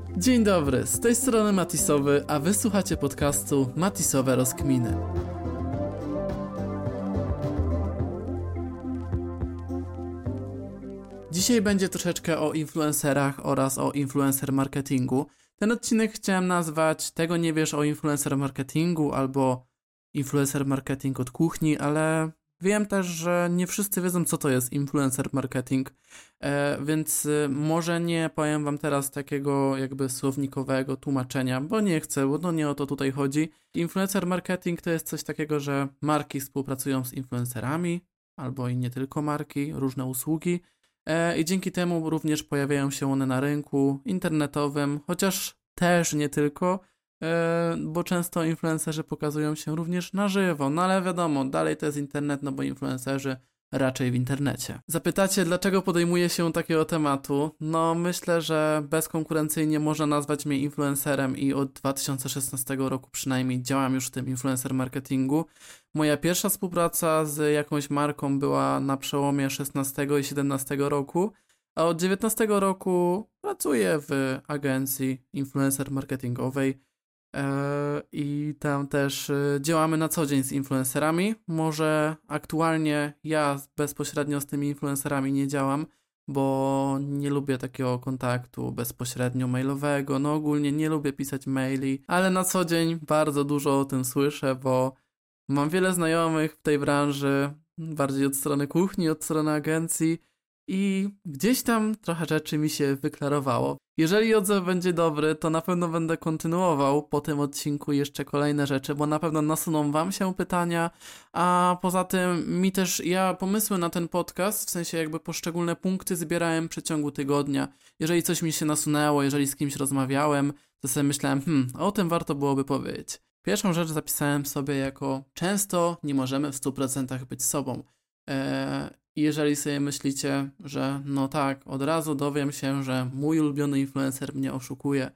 Dzień dobry, z tej strony Matisowy, a wy słuchacie podcastu Matisowe Rozkminy. Dzisiaj będzie troszeczkę o influencerach oraz o influencer marketingu. Ten odcinek chciałem nazwać Tego nie wiesz o influencer marketingu albo influencer marketing od kuchni, ale wiem też, że nie wszyscy wiedzą, co to jest influencer marketing, więc może nie powiem wam teraz takiego jakby słownikowego tłumaczenia, bo nie chcę, bo no nie o to tutaj chodzi. Influencer marketing to jest coś takiego, że marki współpracują z influencerami, albo i nie tylko marki, różne usługi, i dzięki temu również pojawiają się one na rynku internetowym, chociaż też nie tylko, bo często influencerzy pokazują się również na żywo, no ale wiadomo, dalej to jest internet, no bo influencerzy raczej w internecie. Zapytacie, dlaczego podejmuję się takiego tematu? No myślę, że bezkonkurencyjnie można nazwać mnie influencerem i od 2016 roku przynajmniej działam już w tym influencer marketingu. Moja pierwsza współpraca z jakąś marką była na przełomie 16 i 17 roku, a od 19 roku pracuję w agencji influencer marketingowej i tam też działamy na co dzień z influencerami. Może aktualnie ja bezpośrednio z tymi influencerami nie działam, bo nie lubię takiego kontaktu bezpośrednio mailowego, no ogólnie nie lubię pisać maili, ale na co dzień bardzo dużo o tym słyszę, bo mam wiele znajomych w tej branży, bardziej od strony kuchni, od strony agencji i gdzieś tam trochę rzeczy mi się wyklarowało. Jeżeli odzew będzie dobry, to na pewno będę kontynuował po tym odcinku jeszcze kolejne rzeczy, bo na pewno nasuną wam się pytania, a poza tym ja pomysły na ten podcast, w sensie jakby poszczególne punkty zbierałem w przeciągu tygodnia. Jeżeli coś mi się nasunęło, jeżeli z kimś rozmawiałem, to sobie myślałem, o tym warto byłoby powiedzieć. Pierwszą rzecz zapisałem sobie jako często nie możemy w 100% być sobą. I jeżeli sobie myślicie, że no tak, od razu dowiem się, że mój ulubiony influencer mnie oszukuje,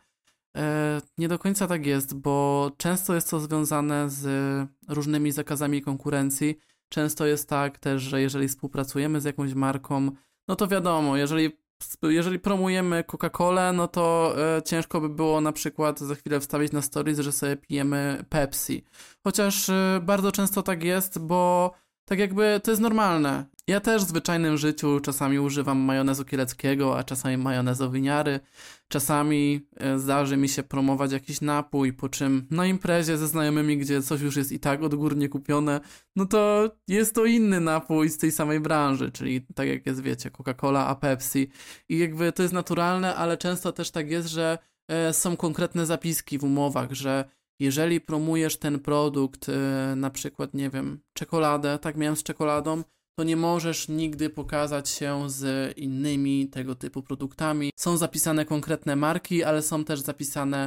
nie do końca tak jest, bo często jest to związane z różnymi zakazami konkurencji. Często jest tak też, że jeżeli współpracujemy z jakąś marką, no to wiadomo, jeżeli promujemy Coca-Colę, no to ciężko by było na przykład za chwilę wstawić na stories, że sobie pijemy Pepsi. Chociaż bardzo często tak jest, bo tak jakby to jest normalne. Ja też w zwyczajnym życiu czasami używam majonezu kieleckiego, a czasami majonezu winiary. Czasami zdarzy mi się promować jakiś napój, po czym na imprezie ze znajomymi, gdzie coś już jest i tak odgórnie kupione, no to jest to inny napój z tej samej branży, czyli tak jak jest, wiecie, Coca-Cola, a Pepsi. I jakby to jest naturalne, ale często też tak jest, że są konkretne zapiski w umowach, że jeżeli promujesz ten produkt, na przykład, nie wiem, czekoladę, tak miałem z czekoladą, to nie możesz nigdy pokazać się z innymi tego typu produktami. Są zapisane konkretne marki, ale są też zapisane,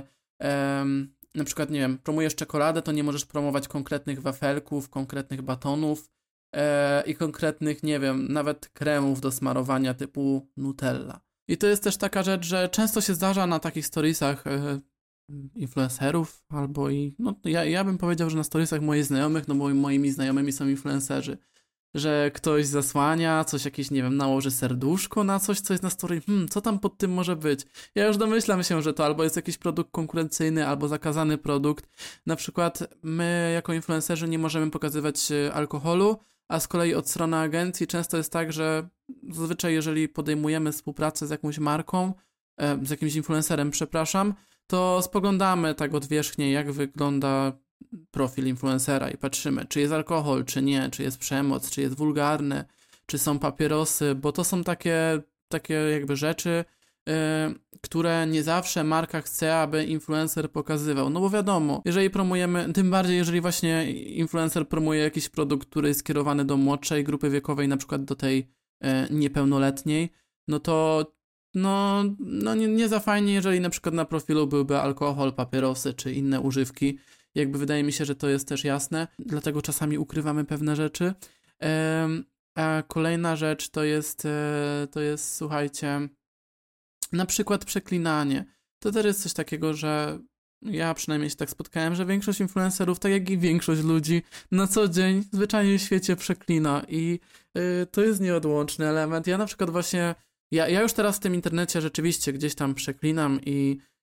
na przykład, nie wiem, promujesz czekoladę, to nie możesz promować konkretnych wafelków, konkretnych batonów i konkretnych, nie wiem, nawet kremów do smarowania typu Nutella. I to jest też taka rzecz, że często się zdarza na takich storiesach influencerów, albo ja bym powiedział, że na storiesach moich znajomych, no bo moimi znajomymi są influencerzy, że ktoś zasłania coś, jakieś, nie wiem, nałoży serduszko na coś, co jest na story, co tam pod tym może być? Ja już domyślam się, że to albo jest jakiś produkt konkurencyjny, albo zakazany produkt. Na przykład my jako influencerzy nie możemy pokazywać alkoholu, a z kolei od strony agencji często jest tak, że zazwyczaj jeżeli podejmujemy współpracę z jakąś marką, z jakimś influencerem, przepraszam, to spoglądamy tak odwierzchnie, jak wygląda profil influencera i patrzymy, czy jest alkohol, czy nie, czy jest przemoc, czy jest wulgarny, czy są papierosy, bo to są takie jakby rzeczy, które nie zawsze marka chce, aby influencer pokazywał. No bo wiadomo, jeżeli promujemy, tym bardziej jeżeli właśnie influencer promuje jakiś produkt, który jest skierowany do młodszej grupy wiekowej, na przykład do tej niepełnoletniej, no to nie za fajnie, jeżeli na przykład na profilu byłby alkohol, papierosy czy inne używki. Jakby wydaje mi się, że to jest też jasne, dlatego czasami ukrywamy pewne rzeczy. A kolejna rzecz to jest, słuchajcie, na przykład przeklinanie. To też jest coś takiego, że ja przynajmniej się tak spotkałem, że większość influencerów, tak jak i większość ludzi, na co dzień zwyczajnie w świecie przeklina i to jest nieodłączny element. Ja na przykład właśnie, ja już teraz w tym internecie rzeczywiście gdzieś tam przeklinam i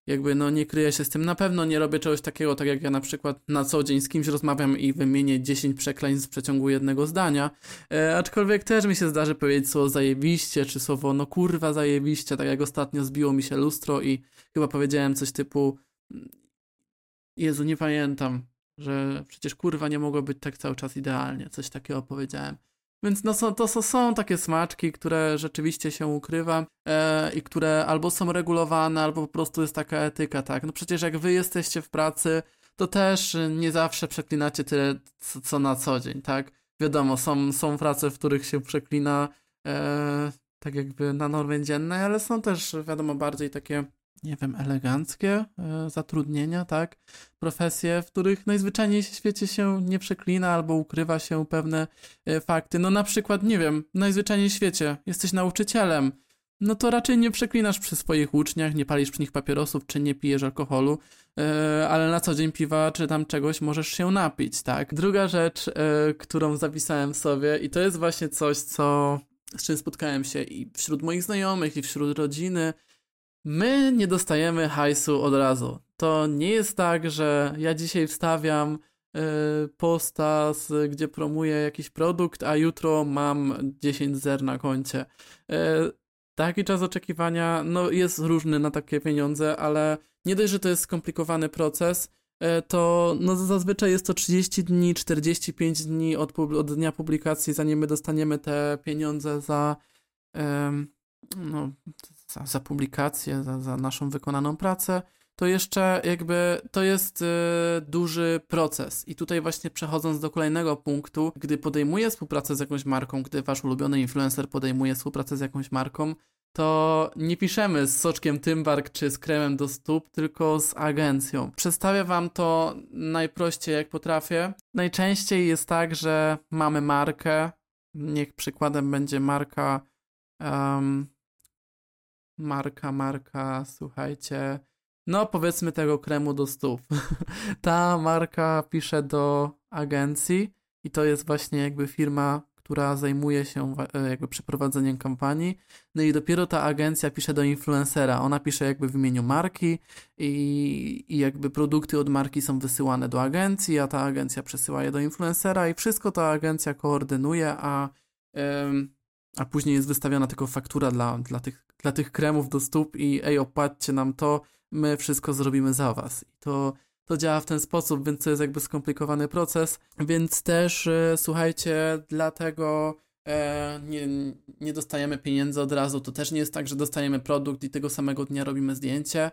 jakby no nie kryję się z tym. Na pewno nie robię czegoś takiego, tak jak ja na przykład na co dzień z kimś rozmawiam i wymienię 10 przekleństw w przeciągu jednego zdania, aczkolwiek też mi się zdarzy powiedzieć słowo zajebiście, czy słowo no kurwa zajebiście, tak jak ostatnio zbiło mi się lustro i chyba powiedziałem coś typu Jezu, nie pamiętam, że przecież kurwa nie mogło być tak cały czas idealnie, coś takiego powiedziałem. Więc no są takie smaczki, które rzeczywiście się ukrywa i które albo są regulowane, albo po prostu jest taka etyka, tak? No przecież jak wy jesteście w pracy, to też nie zawsze przeklinacie tyle, co na co dzień, tak? Wiadomo, są prace, w których się przeklina tak jakby na normie dziennej, ale są też, wiadomo, bardziej takie, nie wiem, eleganckie zatrudnienia, tak? Profesje, w których najzwyczajniej w świecie się nie przeklina albo ukrywa się pewne fakty. No na przykład, nie wiem, najzwyczajniej w świecie jesteś nauczycielem, no to raczej nie przeklinasz przy swoich uczniach, nie palisz przy nich papierosów, czy nie pijesz alkoholu, ale na co dzień piwa, czy tam czegoś możesz się napić, tak? Druga rzecz, którą zapisałem sobie i to jest właśnie coś, z czym spotkałem się i wśród moich znajomych, i wśród rodziny. My nie dostajemy hajsu od razu. To nie jest tak, że ja dzisiaj wstawiam posta, gdzie promuję jakiś produkt, a jutro mam 10 zer na koncie. Taki czas oczekiwania no, jest różny na takie pieniądze, ale nie dość, że to jest skomplikowany proces, to no, zazwyczaj jest to 30 dni, 45 dni od dnia publikacji, zanim my dostaniemy te pieniądze no, za publikację, za naszą wykonaną pracę, to jeszcze jakby to jest duży proces. I tutaj właśnie przechodząc do kolejnego punktu, gdy podejmuję współpracę z jakąś marką, gdy wasz ulubiony influencer podejmuje współpracę z jakąś marką, to nie piszemy z soczkiem Tymbark czy z kremem do stóp, tylko z agencją. Przedstawię wam to najprościej jak potrafię. Najczęściej jest tak, że mamy markę, niech przykładem będzie marka słuchajcie, no powiedzmy tego kremu do stóp. Ta marka pisze do agencji i to jest właśnie jakby firma, która zajmuje się jakby przeprowadzeniem kampanii, no i dopiero ta agencja pisze do influencera. Ona pisze jakby w imieniu marki i jakby produkty od marki są wysyłane do agencji, a ta agencja przesyła je do influencera i wszystko ta agencja koordynuje, a później jest wystawiona tylko faktura dla tych kremów do stóp i opłaćcie nam to, my wszystko zrobimy za was. I to działa w ten sposób, więc to jest jakby skomplikowany proces, więc też słuchajcie, dlatego nie dostajemy pieniędzy od razu, to też nie jest tak, że dostajemy produkt i tego samego dnia robimy zdjęcie.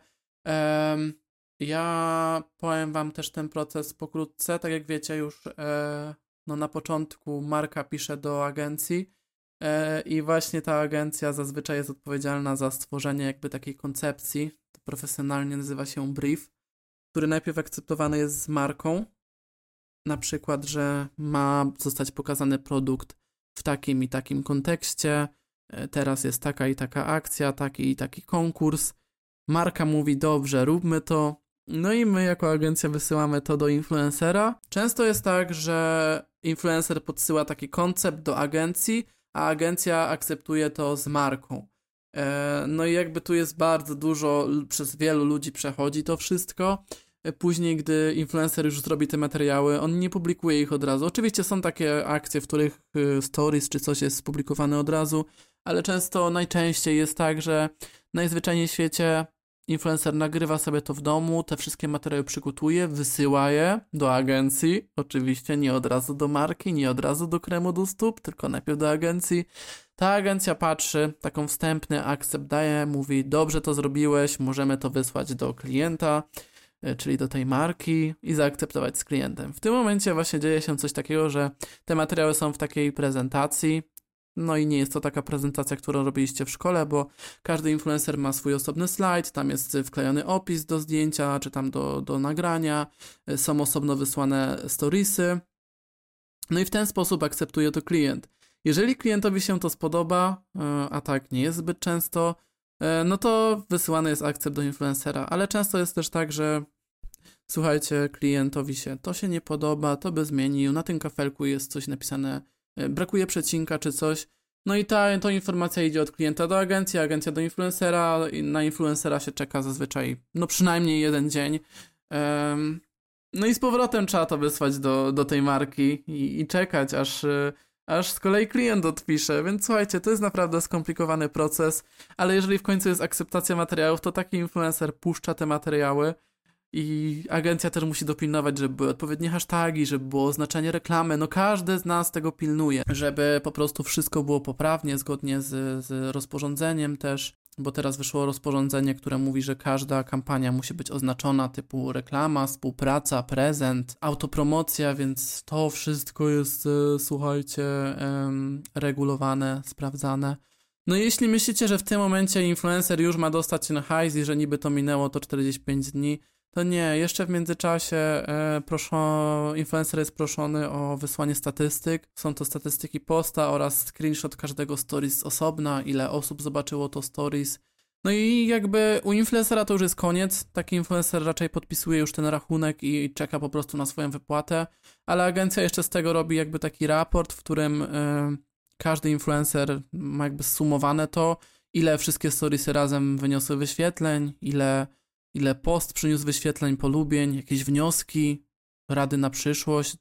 Ja powiem wam też ten proces pokrótce, tak jak wiecie już no na początku marka pisze do agencji, i właśnie ta agencja zazwyczaj jest odpowiedzialna za stworzenie jakby takiej koncepcji, to profesjonalnie nazywa się brief, który najpierw akceptowany jest z marką, na przykład, że ma zostać pokazany produkt w takim i takim kontekście, teraz jest taka i taka akcja, taki i taki konkurs, marka mówi dobrze, róbmy to, no i my jako agencja wysyłamy to do influencera. Często jest tak, że influencer podsyła taki koncept do agencji, a agencja akceptuje to z marką. No i jakby tu jest bardzo dużo, przez wielu ludzi przechodzi to wszystko. Później, gdy influencer już zrobi te materiały, on nie publikuje ich od razu. Oczywiście są takie akcje, w których stories czy coś jest publikowane od razu, ale najczęściej jest tak, że najzwyczajniej w świecie influencer nagrywa sobie to w domu, te wszystkie materiały przygotuje, wysyła je do agencji, oczywiście nie od razu do marki, nie od razu do kremu do stóp, tylko najpierw do agencji. Ta agencja patrzy, taką wstępny akcept daje, mówi dobrze to zrobiłeś, możemy to wysłać do klienta, czyli do tej marki i zaakceptować z klientem. W tym momencie właśnie dzieje się coś takiego, że te materiały są w takiej prezentacji, no i nie jest to taka prezentacja, którą robiliście w szkole, bo każdy influencer ma swój osobny slajd, tam jest wklejony opis do zdjęcia, czy tam do nagrania, są osobno wysłane storiesy, no i w ten sposób akceptuje to klient. Jeżeli klientowi się to spodoba, a tak nie jest zbyt często, no to wysyłany jest akcept do influencera, ale często jest też tak, że słuchajcie, klientowi to się nie podoba, to by zmienił, na tym kafelku jest coś napisane, brakuje przecinka czy coś, No i ta informacja idzie od klienta do agencji, agencja do influencera i na influencera się czeka zazwyczaj, no przynajmniej 1 dzień. No i z powrotem trzeba to wysłać do tej marki i czekać, aż z kolei klient odpisze, więc słuchajcie, to jest naprawdę skomplikowany proces, ale jeżeli w końcu jest akceptacja materiałów, to taki influencer puszcza te materiały i agencja też musi dopilnować, żeby były odpowiednie hasztagi, żeby było oznaczenie reklamy, no każdy z nas tego pilnuje, żeby po prostu wszystko było poprawnie, zgodnie z rozporządzeniem też, bo teraz wyszło rozporządzenie, które mówi, że każda kampania musi być oznaczona typu reklama, współpraca, prezent, autopromocja, więc to wszystko jest, słuchajcie, regulowane, sprawdzane. No jeśli myślicie, że w tym momencie influencer już ma dostać ten hajs i że niby to minęło to 45 dni, to nie, jeszcze w międzyczasie influencer jest proszony o wysłanie statystyk. Są to statystyki posta oraz screenshot każdego stories z osobna, ile osób zobaczyło to stories. No i jakby u influencera to już jest koniec. Taki influencer raczej podpisuje już ten rachunek i czeka po prostu na swoją wypłatę, ale agencja jeszcze z tego robi jakby taki raport, w którym każdy influencer ma jakby zsumowane to, ile wszystkie storiesy razem wyniosły wyświetleń, ile post przyniósł wyświetleń, polubień, jakieś wnioski, rady na przyszłość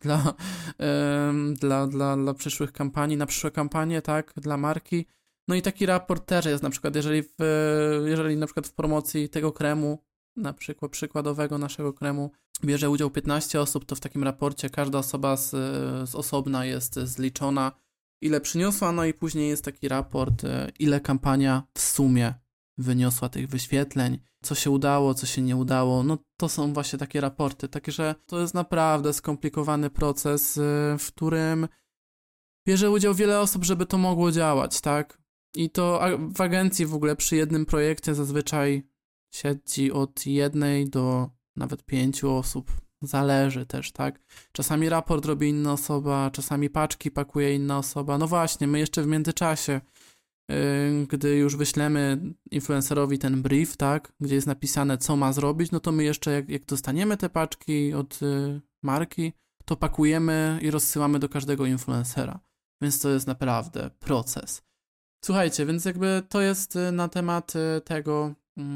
dla przyszłych kampanii, na przyszłe kampanie, tak, dla marki. No i taki raport też jest, na przykład jeżeli na przykład w promocji tego kremu, na przykład przykładowego naszego kremu, bierze udział 15 osób, to w takim raporcie każda osoba z osobna jest zliczona, ile przyniosła, no i później jest taki raport, ile kampania w sumie wyniosła tych wyświetleń, co się udało, co się nie udało, no to są właśnie takie raporty, także to jest naprawdę skomplikowany proces, w którym bierze udział wiele osób, żeby to mogło działać, tak? I to w agencji w ogóle przy jednym projekcie zazwyczaj siedzi od 1 do nawet 5 osób, zależy też, tak? Czasami raport robi inna osoba, czasami paczki pakuje inna osoba, no właśnie, my jeszcze w międzyczasie, gdy już wyślemy influencerowi ten brief, tak, gdzie jest napisane, co ma zrobić, no to my jeszcze, jak dostaniemy te paczki od marki, to pakujemy i rozsyłamy do każdego influencera. Więc to jest naprawdę proces. Słuchajcie, więc jakby to jest na temat tego,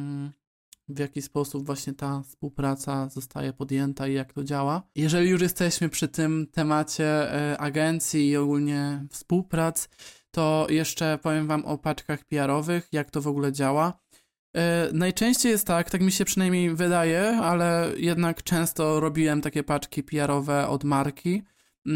w jaki sposób właśnie ta współpraca zostaje podjęta i jak to działa. Jeżeli już jesteśmy przy tym temacie agencji i ogólnie współprac, to jeszcze powiem wam o paczkach PR-owych, jak to w ogóle działa. Najczęściej jest tak mi się przynajmniej wydaje, ale jednak często robiłem takie paczki PR-owe od marki,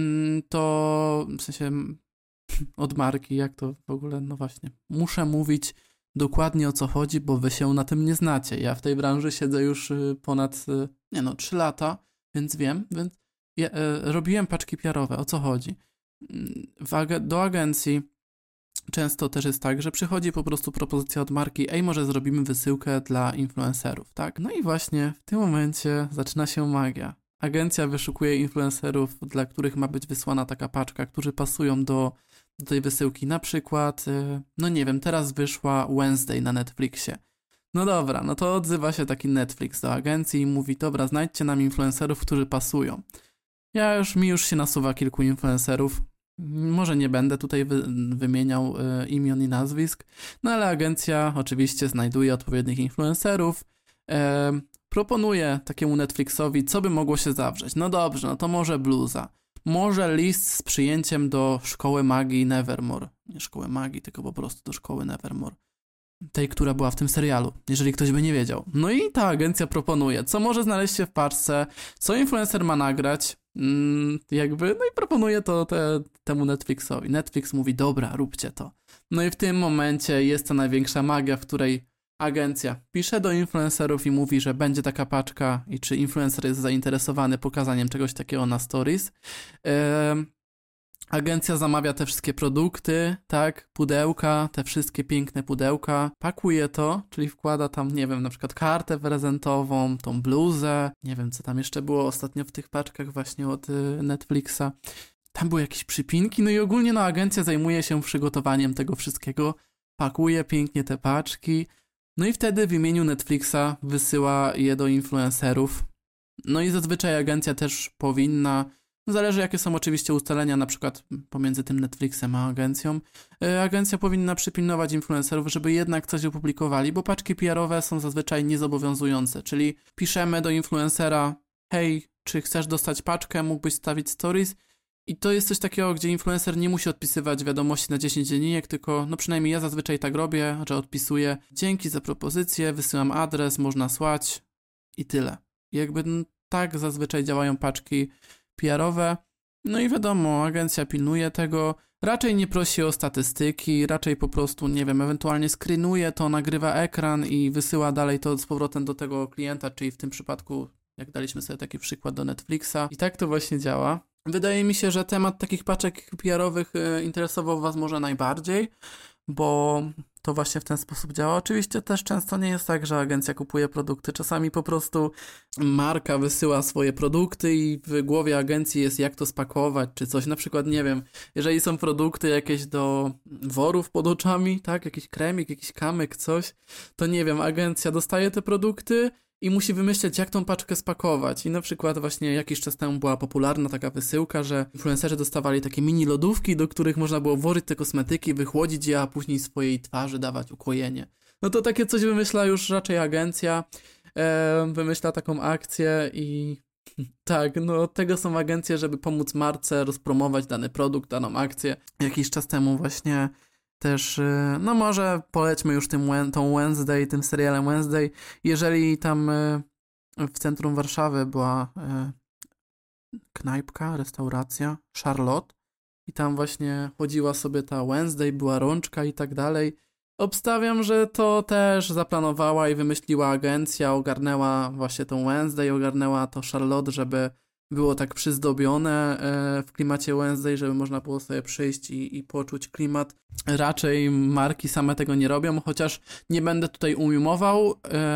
to w sensie od marki, jak to w ogóle, no właśnie, muszę mówić dokładnie o co chodzi, bo wy się na tym nie znacie. Ja w tej branży siedzę już ponad, 3 lata, więc wiem, więc robiłem paczki PR-owe, o co chodzi? Do agencji często też jest tak, że przychodzi po prostu propozycja od marki, może zrobimy wysyłkę dla influencerów, tak? No i właśnie w tym momencie zaczyna się magia. Agencja wyszukuje influencerów, dla których ma być wysłana taka paczka, którzy pasują do tej wysyłki. Na przykład, no nie wiem, teraz wyszła Wednesday na Netflixie. No dobra, no to odzywa się taki Netflix do agencji i mówi, dobra, znajdźcie nam influencerów, którzy pasują. Mi już się nasuwa kilku influencerów. Może nie będę tutaj wymieniał imion i nazwisk, no ale agencja oczywiście znajduje odpowiednich influencerów, proponuje takiemu Netflixowi, co by mogło się zawrzeć. No dobrze, no to może bluza, może list z przyjęciem do szkoły magii Nevermore. Nie szkoły magii, tylko po prostu do szkoły Nevermore. Tej, która była w tym serialu, jeżeli ktoś by nie wiedział. No i ta agencja proponuje, co może znaleźć się w paczce, co influencer ma nagrać, no i proponuje to temu Netflixowi. Netflix mówi, dobra, róbcie to. No i w tym momencie jest ta największa magia, w której agencja pisze do influencerów i mówi, że będzie taka paczka i czy influencer jest zainteresowany pokazaniem czegoś takiego na stories. Agencja zamawia te wszystkie produkty, tak, pudełka, te wszystkie piękne pudełka, pakuje to, czyli wkłada tam, nie wiem, na przykład kartę prezentową, tą bluzę, nie wiem, co tam jeszcze było ostatnio w tych paczkach właśnie od Netflixa. Tam były jakieś przypinki, no i ogólnie agencja zajmuje się przygotowaniem tego wszystkiego, pakuje pięknie te paczki, no i wtedy w imieniu Netflixa wysyła je do influencerów. No i zazwyczaj agencja też powinna Zależy, jakie są oczywiście ustalenia, na przykład pomiędzy tym Netflixem a agencją. Agencja powinna przypilnować influencerów, żeby jednak coś opublikowali, bo paczki PR-owe są zazwyczaj niezobowiązujące, czyli piszemy do influencera: hej, czy chcesz dostać paczkę, mógłbyś stawić stories? I to jest coś takiego, gdzie influencer nie musi odpisywać wiadomości na 10 linijek, tylko, no przynajmniej ja zazwyczaj tak robię, że odpisuję: dzięki za propozycję, wysyłam adres, można słać i tyle. I jakby tak zazwyczaj działają paczki PR-owe. No i wiadomo, agencja pilnuje tego, raczej nie prosi o statystyki, raczej po prostu, nie wiem, ewentualnie screenuje to, nagrywa ekran i wysyła dalej to z powrotem do tego klienta, czyli w tym przypadku, jak daliśmy sobie taki przykład, do Netflixa. I tak to właśnie działa. Wydaje mi się, że temat takich paczek PR-owych interesował was może najbardziej, bo to właśnie w ten sposób działa. Oczywiście też często nie jest tak, że agencja kupuje produkty. Czasami po prostu marka wysyła swoje produkty i w głowie agencji jest, jak to spakować, czy coś. Na przykład, nie wiem, jeżeli są produkty jakieś do worów pod oczami, tak, jakiś kremik, jakiś kamyk, coś, to nie wiem, agencja dostaje te produkty i musi wymyśleć, jak tą paczkę spakować. I na przykład właśnie jakiś czas temu była popularna taka wysyłka, że influencerzy dostawali takie mini lodówki, do których można było włożyć te kosmetyki, wychłodzić je, a później swojej twarzy dawać ukojenie. No to takie coś wymyśla już raczej agencja, wymyśla taką akcję i tak, no od tego są agencje, żeby pomóc marce rozpromować dany produkt, daną akcję. Jakiś czas temu właśnie też, no może polećmy już tą Wednesday, tym serialem Wednesday. Jeżeli tam w centrum Warszawy była knajpka, restauracja, Charlotte i tam właśnie chodziła sobie ta Wednesday, była rączka i tak dalej. Obstawiam, że to też zaplanowała i wymyśliła agencja, ogarnęła właśnie tą Wednesday, ogarnęła to Charlotte, żeby było tak przyzdobione w klimacie Wednesday, żeby można było sobie przyjść i poczuć klimat. Raczej marki same tego nie robią, chociaż nie będę tutaj ujmował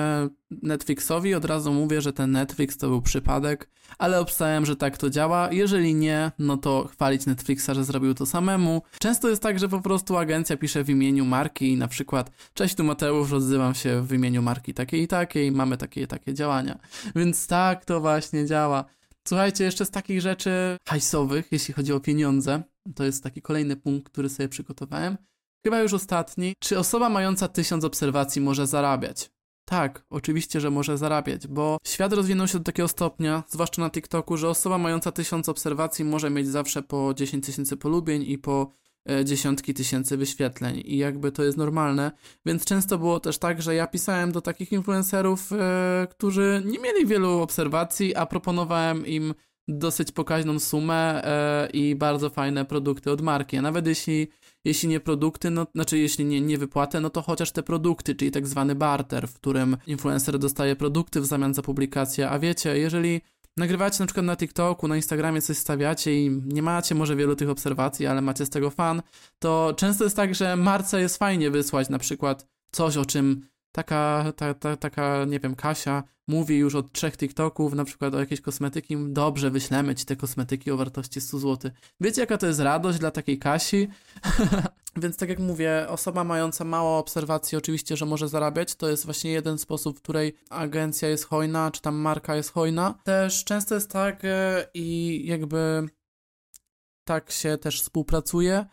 Netflixowi. Od razu mówię, że ten Netflix to był przypadek, ale obstawiam, że tak to działa. Jeżeli nie, no to chwalić Netflixa, że zrobił to samemu. Często jest tak, że po prostu agencja pisze w imieniu marki i na przykład: cześć, tu Mateusz, odzywam się w imieniu marki takiej i takiej, mamy takie i takie działania. Więc tak to właśnie działa. Słuchajcie, jeszcze z takich rzeczy hajsowych, jeśli chodzi o pieniądze, to jest taki kolejny punkt, który sobie przygotowałem, chyba już ostatni. Czy osoba mająca 1000 obserwacji może zarabiać? Tak, oczywiście, że może zarabiać, bo świat rozwinął się do takiego stopnia, zwłaszcza na TikToku, że osoba mająca 1000 obserwacji może mieć zawsze po 10 000 polubień i po dziesiątki tysięcy wyświetleń i jakby to jest normalne, więc często było też tak, że ja pisałem do takich influencerów, którzy nie mieli wielu obserwacji, a proponowałem im dosyć pokaźną sumę i bardzo fajne produkty od marki, a nawet jeśli nie produkty, no, znaczy jeśli nie wypłatę, no to chociaż te produkty, czyli tak zwany barter, w którym influencer dostaje produkty w zamian za publikację, a wiecie, jeżeli nagrywacie na przykład na TikToku, na Instagramie coś stawiacie i nie macie może wielu tych obserwacji, ale macie z tego fan, to często jest tak, że marce jest fajnie wysłać na przykład coś, o czym taka, nie wiem, Kasia mówi już od 3 TikToków, na przykład o jakiejś kosmetyki, dobrze, wyślemy ci te kosmetyki o wartości 100 zł. Wiecie, jaka to jest radość dla takiej Kasi? Więc tak jak mówię, osoba mająca mało obserwacji oczywiście, że może zarabiać. To jest właśnie jeden sposób, w której agencja jest hojna, czy tam marka jest hojna. Też często jest tak i jakby tak się też współpracuje,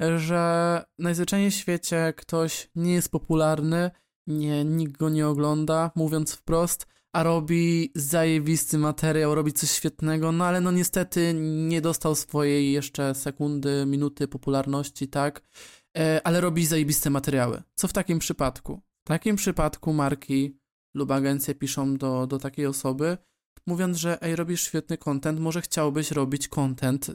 że najzwyczajniej w świecie ktoś nie jest popularny, nikt go nie ogląda, mówiąc wprost, a robi zajebisty materiał, robi coś świetnego, no ale no niestety nie dostał swojej jeszcze sekundy, minuty popularności, tak, ale robi zajebiste materiały. Co w takim przypadku? W takim przypadku marki lub agencje piszą do takiej osoby, mówiąc, że robisz świetny content, może chciałbyś robić content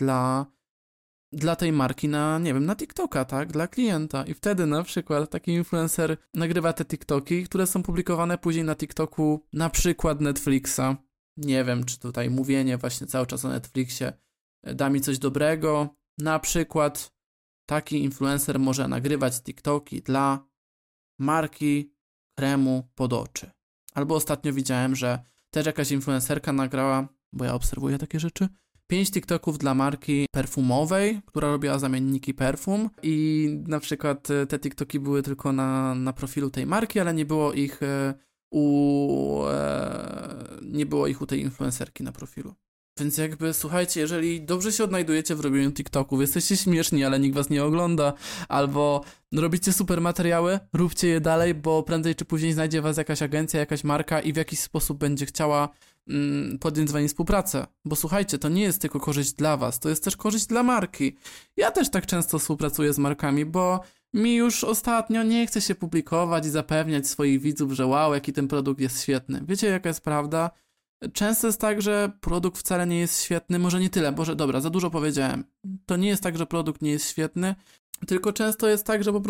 dla tej marki na, nie wiem, na TikToka, tak, dla klienta. I wtedy na przykład taki influencer nagrywa te TikToki, które są publikowane później na TikToku, na przykład Netflixa. Nie wiem, czy tutaj mówienie właśnie cały czas o Netflixie da mi coś dobrego. Na przykład taki influencer może nagrywać TikToki dla marki kremu pod oczy. Albo ostatnio widziałem, że też jakaś influencerka nagrała, bo ja obserwuję takie rzeczy, 5 TikToków dla marki perfumowej, która robiła zamienniki perfum i na przykład te TikToki były tylko na profilu tej marki, ale nie było ich u tej influencerki na profilu. Więc jakby, słuchajcie, jeżeli dobrze się odnajdujecie w robieniu TikToków, jesteście śmieszni, ale nikt was nie ogląda, albo robicie super materiały, róbcie je dalej, bo prędzej czy później znajdzie was jakaś agencja, jakaś marka i w jakiś sposób będzie chciała podjąć z wami współpracę. Bo słuchajcie, to nie jest tylko korzyść dla was, to jest też korzyść dla marki. Ja też tak często współpracuję z markami, bo mi już ostatnio nie chce się publikować i zapewniać swoich widzów, że wow, jaki ten produkt jest świetny. Wiecie, jaka jest prawda? Często jest tak, że produkt wcale nie jest świetny, może nie tyle, dobra, za dużo powiedziałem. To nie jest tak, że produkt nie jest świetny, tylko często jest tak, że po prostu